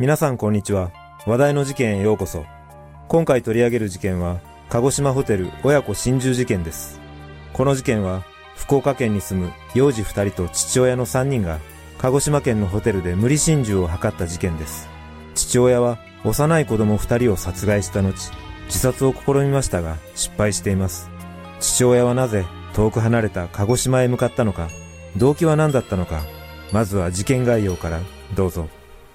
皆さんこんにちは。話題の事件へようこそ。今回取り上げる事件は、鹿児島ホテル親子心中事件です。この事件は、福岡県に住む幼児2人と父親の3人が、鹿児島県のホテルで無理心中を図った事件です。父親は、幼い子供2人を殺害した後、自殺を試みましたが、失敗しています。父親はなぜ、遠く離れた鹿児島へ向かったのか、動機は何だったのか、まずは事件概要からどうぞ。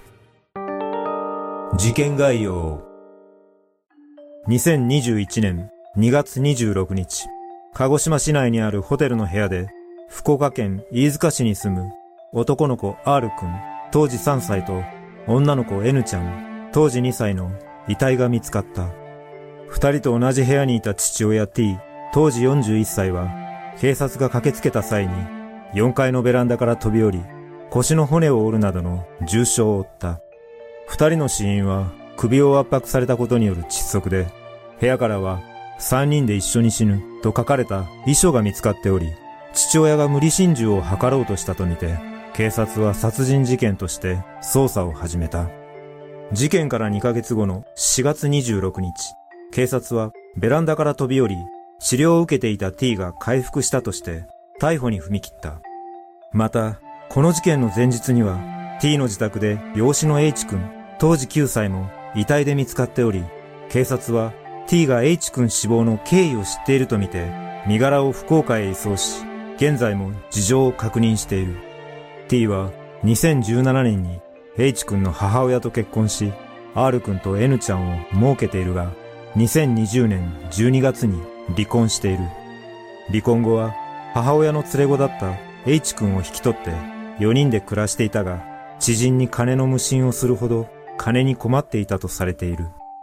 事件概要。2021年2月26日、鹿児島市内にあるホテルの部屋で、福岡県飯塚市に住む男の子 R 君、当時3歳と女の子 N ちゃん、当時2歳の遺体が見つかった。二人と同じ部屋にいた父親 T、当時41歳は、警察が駆けつけた際に、4階のベランダから飛び降り、腰の骨を折るなどの重傷を負った。二人の死因は首を圧迫されたことによる窒息で、部屋からは3人で一緒に死ぬと書かれた遺書が見つかっており、父親が無理心中を図ろうとしたとみて、警察は殺人事件として捜査を始めた。事件から2ヶ月後の4月26日、警察はベランダから飛び降り、治療を受けていた T が回復したとして逮捕に踏み切った。また、この事件の前日には T の自宅で養子の H 君、当時9歳も遺体で見つかっており、警察は T が H 君死亡の経緯を知っているとみて、身柄を福岡へ移送し、現在も事情を確認している。T は2017年に H 君の母親と結婚し、R 君と N ちゃんを設けているが、2020年12月に離婚している。離婚後は母親の連れ子だった H 君を引き取って4人で暮らしていたが、知人に金の無心をするほど金に困っていたとされている。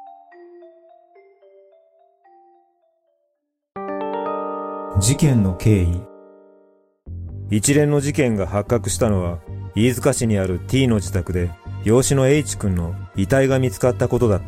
事件の経緯。一連の事件が発覚したのは、飯塚市にある T の自宅で養子の H 君の遺体が見つかったことだった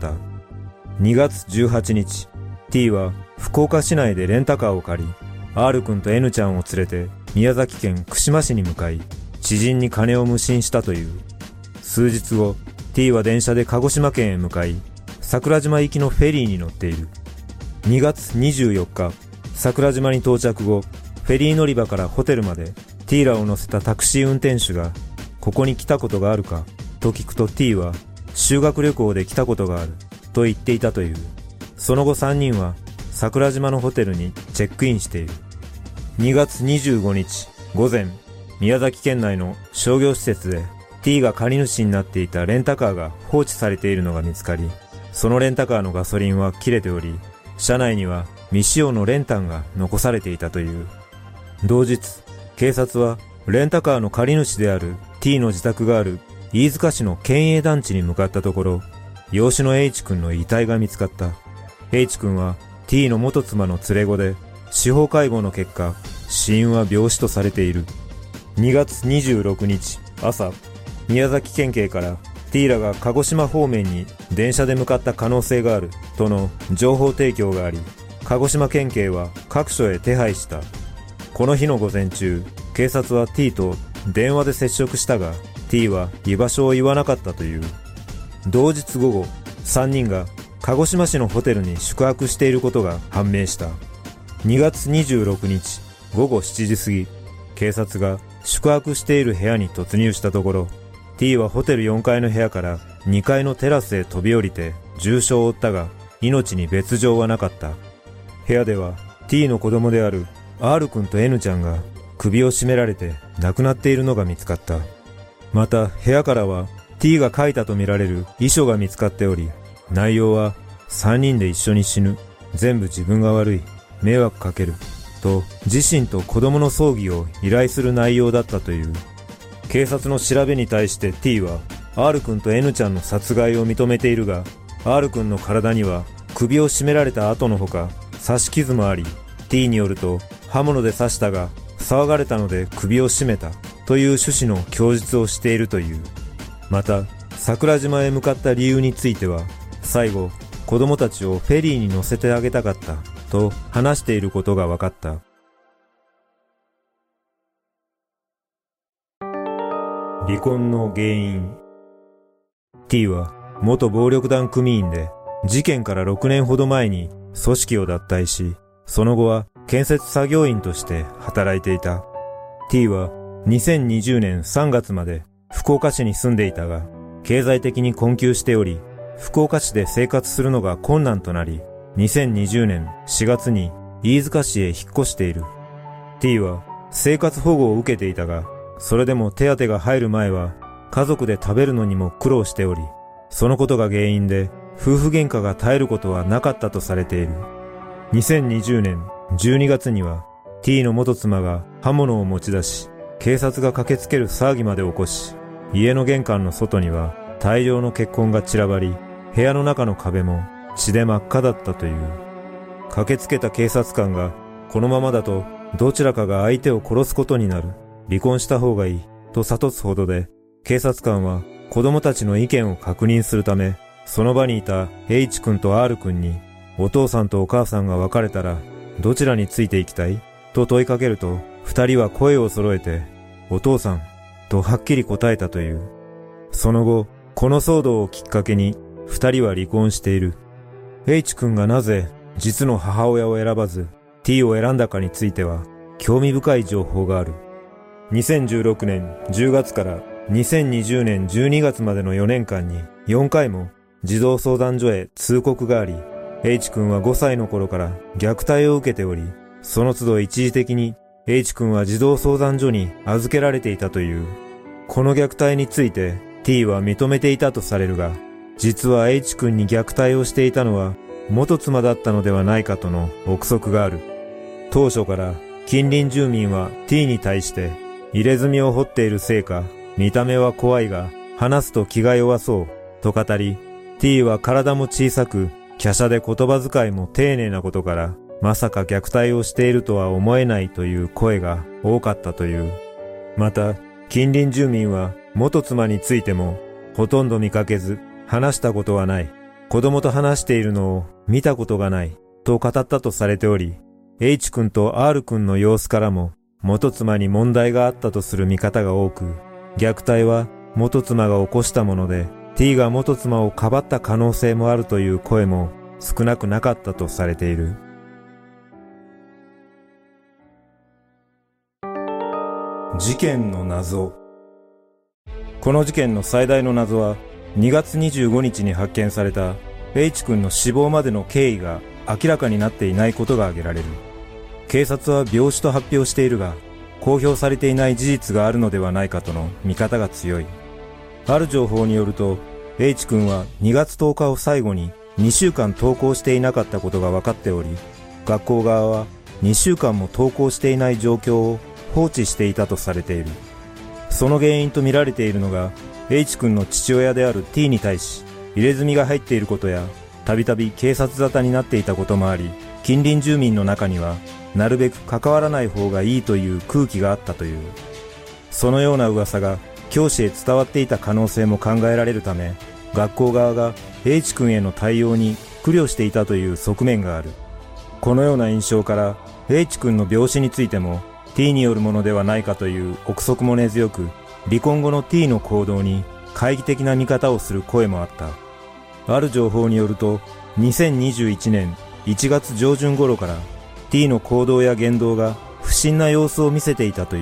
。2月18日、T は福岡市内でレンタカーを借り、R 君と N ちゃんを連れて宮崎県串間市に向かい、知人に金を無心したという。数日後、T は電車で鹿児島県へ向かい、桜島行きのフェリーに乗っている。2月24日、桜島に到着後、フェリー乗り場からホテルまで T らを乗せたタクシー運転手が、ここに来たことがあるかと聞くと T は、修学旅行で来たことがあると言っていたという。その後3人は桜島のホテルにチェックインしている。2月25日午前、宮崎県内の商業施設で T が借り主になっていたレンタカーが放置されているのが見つかり、そのレンタカーのガソリンは切れており、車内には未使用の練炭が残されていたという。同日、警察はレンタカーの借り主である T の自宅がある飯塚市の県営団地に向かったところ、養子の H 君の遺体が見つかった。H 君は T の元妻の連れ子で、司法解剖の結果、死因は病死とされている。2月26日朝、宮崎県警から T らが鹿児島方面に電車で向かった可能性があるとの情報提供があり、鹿児島県警は各所へ手配した。この日の午前中、警察は T と電話で接触したが、T は居場所を言わなかったという。同日午後、3人が鹿児島市のホテルに宿泊していることが判明した。2月26日午後7時過ぎ、警察が宿泊している部屋に突入したところ、T はホテル4階の部屋から2階のテラスへ飛び降りて重傷を負ったが、命に別状はなかった。部屋では T の子供である R 君と N ちゃんが首を絞められて亡くなっているのが見つかった。また部屋からは T が書いたとみられる遺書が見つかっており、内容は3人で一緒に死ぬ、全部自分が悪い、迷惑かけると自身と子供の葬儀を依頼する内容だったという。警察の調べに対して T は R 君と N ちゃんの殺害を認めているが、 R 君の体には首を絞められた跡のほか刺し傷もあり、 T によると刃物で刺したが騒がれたので首を絞めたという趣旨の供述をしているという。また桜島へ向かった理由については、最後子供たちをフェリーに乗せてあげたかったと話していることが分かった。離婚の原因。 T は元暴力団組員で、事件から6年ほど前に組織を脱退し、その後は建設作業員として働いていた。T は2020年3月まで福岡市に住んでいたが、経済的に困窮しており、福岡市で生活するのが困難となり、2020年4月に飯塚市へ引っ越している。T は生活保護を受けていたが、それでも手当が入る前は家族で食べるのにも苦労しており、そのことが原因で夫婦喧嘩が絶えることはなかったとされている。2020年12月には T の元妻が刃物を持ち出し、警察が駆けつける騒ぎまで起こし、家の玄関の外には大量の血痕が散らばり、部屋の中の壁も血で真っ赤だったという。駆けつけた警察官が、このままだとどちらかが相手を殺すことになる。離婚した方がいいと諭すほどで、警察官は子供たちの意見を確認するため、その場にいた H 君と R 君に、お父さんとお母さんが別れたらどちらについていきたいと問いかけると、二人は声を揃えて、お父さんとはっきり答えたという。その後、この騒動をきっかけに二人は離婚している。H 君がなぜ実の母親を選ばず T を選んだかについては興味深い情報がある。2016年10月から2020年12月までの4年間に4回も児童相談所へ通告があり、H 君は5歳の頃から虐待を受けており、その都度一時的に H 君は児童相談所に預けられていたという。この虐待について T は認めていたとされるが、実は H 君に虐待をしていたのは元妻だったのではないかとの憶測がある。当初から近隣住民は T に対して入れ墨を掘っているせいか、見た目は怖いが話すと気が弱そうと語り、T は体も小さく華奢で言葉遣いも丁寧なことから、まさか虐待をしているとは思えないという声が多かったという。また近隣住民は元妻についてもほとんど見かけず、話したことはない、子供と話しているのを見たことがないと語ったとされており、H 君と R 君の様子からも元妻に問題があったとする見方が多く、虐待は元妻が起こしたもので T が元妻をかばった可能性もあるという声も少なくなかったとされている。事件の謎。この事件の最大の謎は2月25日に発見された H 君の死亡までの経緯が明らかになっていないことが挙げられる。警察は病死と発表しているが、公表されていない事実があるのではないかとの見方が強い。ある情報によると、H 君は2月10日を最後に2週間登校していなかったことが分かっており、学校側は2週間も登校していない状況を放置していたとされている。その原因と見られているのが、H 君の父親である T に対し入れ墨が入っていることや、たびたび警察沙汰になっていたこともあり、近隣住民の中にはなるべく関わらない方がいいという空気があったという。そのような噂が教師へ伝わっていた可能性も考えられるため、学校側が H 君への対応に苦慮していたという側面がある。このような印象から H 君の病死についても T によるものではないかという憶測も根強く、離婚後の T の行動に懐疑的な見方をする声もあった。ある情報によると、2021年1月上旬頃から T の行動や言動が不審な様子を見せていたという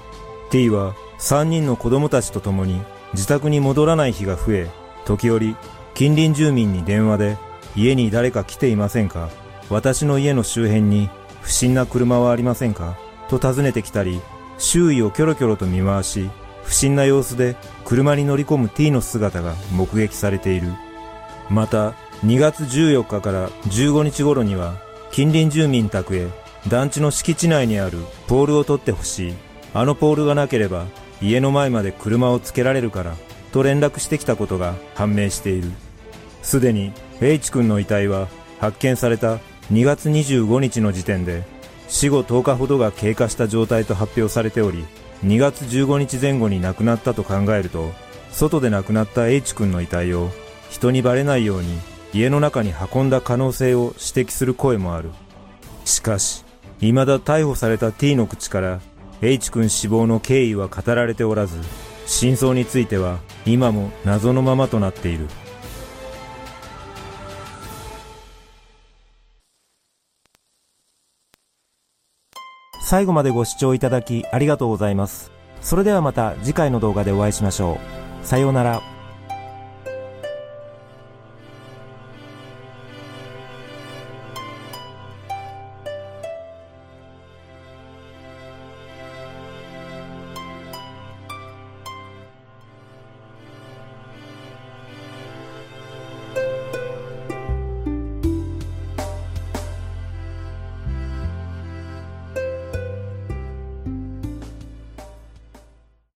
。T は3人の子供たちと共に自宅に戻らない日が増え、時折近隣住民に電話で、家に誰か来ていませんか、私の家の周辺に不審な車はありませんかと尋ねてきたり、周囲をキョロキョロと見回し、不審な様子で車に乗り込む T の姿が目撃されている。また2月14日から15日頃には、近隣住民宅へ団地の敷地内にあるポールを取ってほしい、あのポールがなければ家の前まで車をつけられるからと連絡してきたことが判明している。すでに H 君の遺体は発見された2月25日の時点で死後10日ほどが経過した状態と発表されており、2月15日前後に亡くなったと考えると、外で亡くなった H 君の遺体を人にバレないように家の中に運んだ可能性を指摘する声もある。しかし、未だ逮捕された T の口から H 君死亡の経緯は語られておらず、 真相については今も謎のままとなっている。 最後までご視聴いただきありがとうございます。それではまた次回の動画でお会いしましょう。さようなら。